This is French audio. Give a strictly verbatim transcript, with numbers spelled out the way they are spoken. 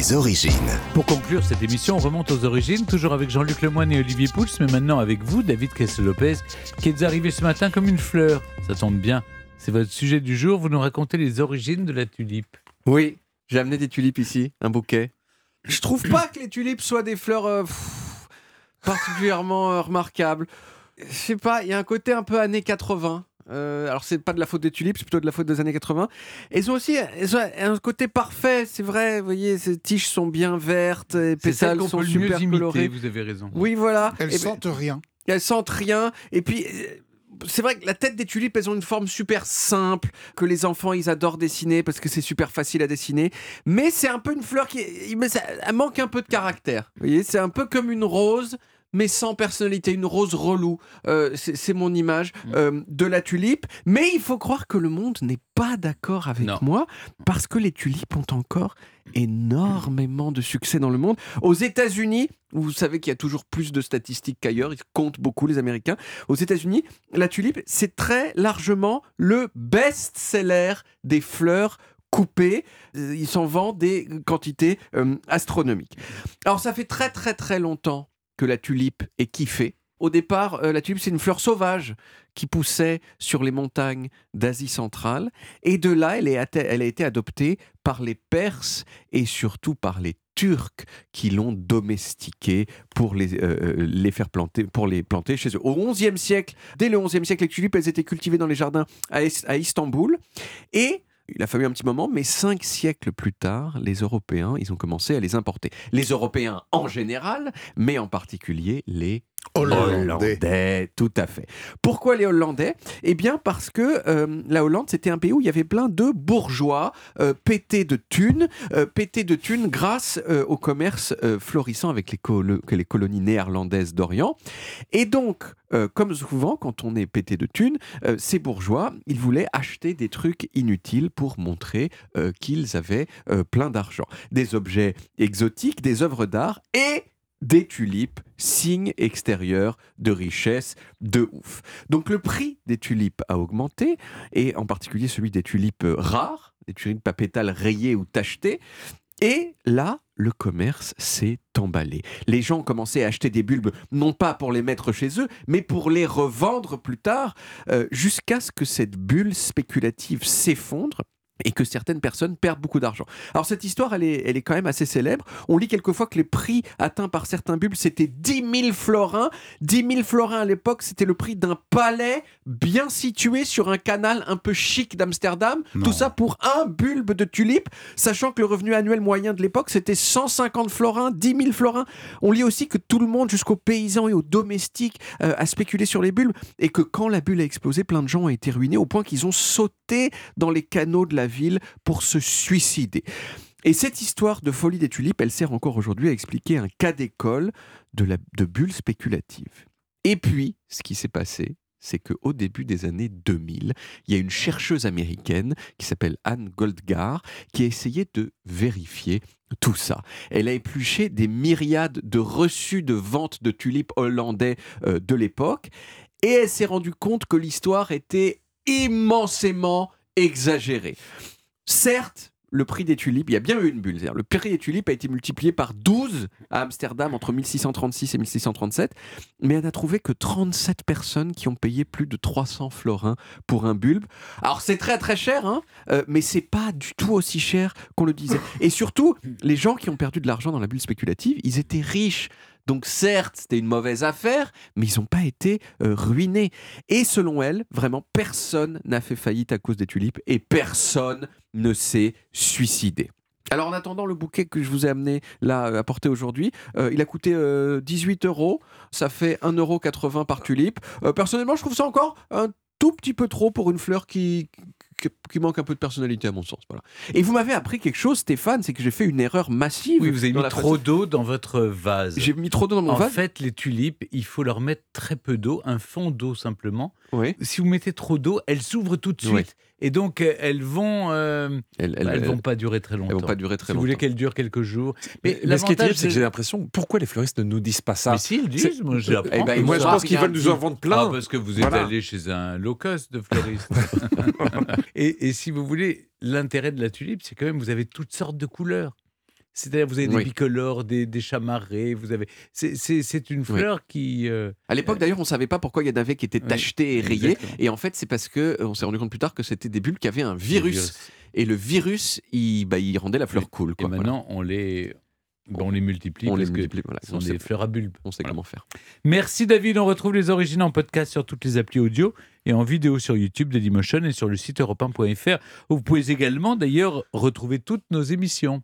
Les origines. Pour conclure cette émission, on remonte aux origines, toujours avec Jean-Luc Lemoyne et Olivier Pouls, mais maintenant avec vous, David Kessel-Lopez, qui êtes arrivé ce matin comme une fleur. Ça tombe bien, c'est votre sujet du jour, vous nous racontez les origines de la tulipe. Oui, j'ai amené des tulipes ici, un bouquet. Je trouve pas que les tulipes soient des fleurs euh, pff, particulièrement euh, remarquables. Je sais pas, il y a un côté un peu années quatre-vingts. Euh, alors c'est pas de la faute des tulipes, c'est plutôt de la faute des années quatre-vingts. Elles ont aussi elles ont un côté parfait, c'est vrai. Vous voyez, ces tiges sont bien vertes, les pétales qu'on sont peut le super mieux imiter, colorés. vous avez raison. Oui, voilà. Elles Et sentent ben, rien. elles sentent rien. Et puis. Euh, C'est vrai que la tête des tulipes, elles ont une forme super simple, que les enfants, ils adorent dessiner parce que c'est super facile à dessiner. Mais c'est un peu une fleur qui... mais ça, elle manque un peu de caractère. Vous voyez, c'est un peu comme une rose, mais sans personnalité. Une rose relou. Euh, c'est, c'est mon image euh, de la tulipe. Mais il faut croire que le monde n'est pas d'accord avec Non. moi, parce que les tulipes ont encore énormément de succès dans le monde. Aux États-Unis, vous savez qu'il y a toujours plus de statistiques qu'ailleurs, ils comptent beaucoup les Américains. Aux États-Unis, la tulipe, c'est très largement le best-seller des fleurs coupées. Euh, Ils s'en vendent des quantités euh, astronomiques. Alors ça fait très très très longtemps que la tulipe est kiffée. Au départ, euh, la tulipe, c'est une fleur sauvage qui poussait sur les montagnes d'Asie centrale. Et de là, elle, est, atte- elle a été adoptée par les Perses et surtout par les Turcs qui l'ont domestiquée pour les, euh, les faire planter, pour les planter chez eux. Au onzième siècle, dès le onzième siècle, les tulipes, elles étaient cultivées dans les jardins à, Es- à Istanbul. Et il a fallu un petit moment, mais cinq siècles plus tard, les Européens, ils ont commencé à les importer. Les Européens en général, mais en particulier les Hollandais. Hollandais, tout à fait. Pourquoi les Hollandais ? Eh bien parce que euh, la Hollande, c'était un pays où il y avait plein de bourgeois euh, pétés de thunes, euh, pétés de thunes grâce euh, au commerce euh, florissant avec les, colo- que les colonies néerlandaises d'Orient. Et donc, euh, comme souvent, quand on est pété de thunes, euh, ces bourgeois, ils voulaient acheter des trucs inutiles pour montrer euh, qu'ils avaient euh, plein d'argent. Des objets exotiques, des œuvres d'art et des tulipes, signe extérieur de richesse de ouf. Donc le prix des tulipes a augmenté, et en particulier celui des tulipes rares, des tulipes à pétales rayés ou tachetées. Et là, le commerce s'est emballé. Les gens ont commencé à acheter des bulbes, non pas pour les mettre chez eux, mais pour les revendre plus tard, euh, jusqu'à ce que cette bulle spéculative s'effondre et que certaines personnes perdent beaucoup d'argent. Alors cette histoire, elle est, elle est quand même assez célèbre. On lit quelquefois que les prix atteints par certains bulbes, c'était dix mille florins. dix mille florins à l'époque, c'était le prix d'un palais bien situé sur un canal un peu chic d'Amsterdam. Non. Tout ça pour un bulbe de tulipe, sachant que le revenu annuel moyen de l'époque, c'était cent cinquante florins, dix mille florins. On lit aussi que tout le monde, jusqu'aux paysans et aux domestiques, euh, a spéculé sur les bulbes, et que quand la bulle a explosé, plein de gens ont été ruinés au point qu'ils ont sauté dans les canaux de la ville pour se suicider. Et cette histoire de folie des tulipes, elle sert encore aujourd'hui à expliquer un cas d'école de, la, de bulles spéculatives. Et puis, ce qui s'est passé, c'est qu'au début des années deux mille, il y a une chercheuse américaine qui s'appelle Anne Goldgar qui a essayé de vérifier tout ça. Elle a épluché des myriades de reçus de vente de tulipes hollandais euh, de l'époque, et elle s'est rendue compte que l'histoire était immensément exagérée. Certes, le prix des tulipes, il y a bien eu une bulle. C'est-à-dire, le prix des tulipes a été multiplié par douze à Amsterdam entre mille six cent trente-six et mille six cent trente-sept, mais elle n'a trouvé que trente-sept personnes qui ont payé plus de trois cents florins pour un bulbe. Alors c'est très très cher, hein, euh, mais c'est pas du tout aussi cher qu'on le disait. Et surtout, les gens qui ont perdu de l'argent dans la bulle spéculative, ils étaient riches. Donc certes, c'était une mauvaise affaire, mais ils n'ont pas été euh, ruinés. Et selon elle, vraiment, personne n'a fait faillite à cause des tulipes, et personne ne s'est suicidé. Alors en attendant, le bouquet que je vous ai amené là, euh, apporté aujourd'hui, euh, il a coûté euh, dix-huit euros. Ça fait un euro quatre-vingts par tulipe. Euh, personnellement, je trouve ça encore un tout petit peu trop pour une fleur qui... qui- qui manque un peu de personnalité à mon sens. Voilà. Et vous m'avez appris quelque chose, Stéphane, c'est que j'ai fait une erreur massive. Oui, vous avez dans mis la trop façon- d'eau dans votre vase. J'ai mis trop d'eau dans mon En vase. fait, les tulipes, il faut leur mettre très peu d'eau, un fond d'eau simplement. Oui. Si vous mettez trop d'eau, elles s'ouvrent tout de suite. Oui. Et donc, euh, elles vont, euh, Elles, elles, elles- vont pas durer très longtemps. elles vont pas durer très si vous voulez longtemps. qu'elles durent quelques jours. Mais, Mais, mais ce qui est l'avantage, terrible, c'est que j'ai l'impression, pourquoi les fleuristes ne nous disent pas ça? Mais si, ils disent, moi j'apprends. Eh ben, Moi, ils je ont pense qu'ils rien veulent nous dit. en vendre plein. Ah, parce que vous êtes Voilà. allé chez un low cost de fleuriste. et, et si vous voulez, l'intérêt de la tulipe, c'est quand même vous avez toutes sortes de couleurs. C'est-à-dire, vous avez des Oui. bicolores, des, des chamarrés, vous avez. C'est, c'est, c'est une fleur qui. euh, À l'époque, d'ailleurs, on ne savait pas pourquoi il y en avait qui étaient Oui, tachetés et rayés. exactement. Et en fait, c'est parce que euh, on s'est rendu compte plus tard que c'était des bulbes qui avaient un des virus. Et le virus, il, bah, il rendait la fleur Oui. cool. Et Quoi, voilà. maintenant, on les. ben, on les multiplie On les parce que multiplie. Voilà. ce sont On sait, des fleurs à bulbes. on sait Voilà. comment faire. Merci David, on retrouve les origines en podcast sur toutes les applis audio et en vidéo sur YouTube, Dailymotion et sur le site europe un point f r où vous pouvez également d'ailleurs retrouver toutes nos émissions.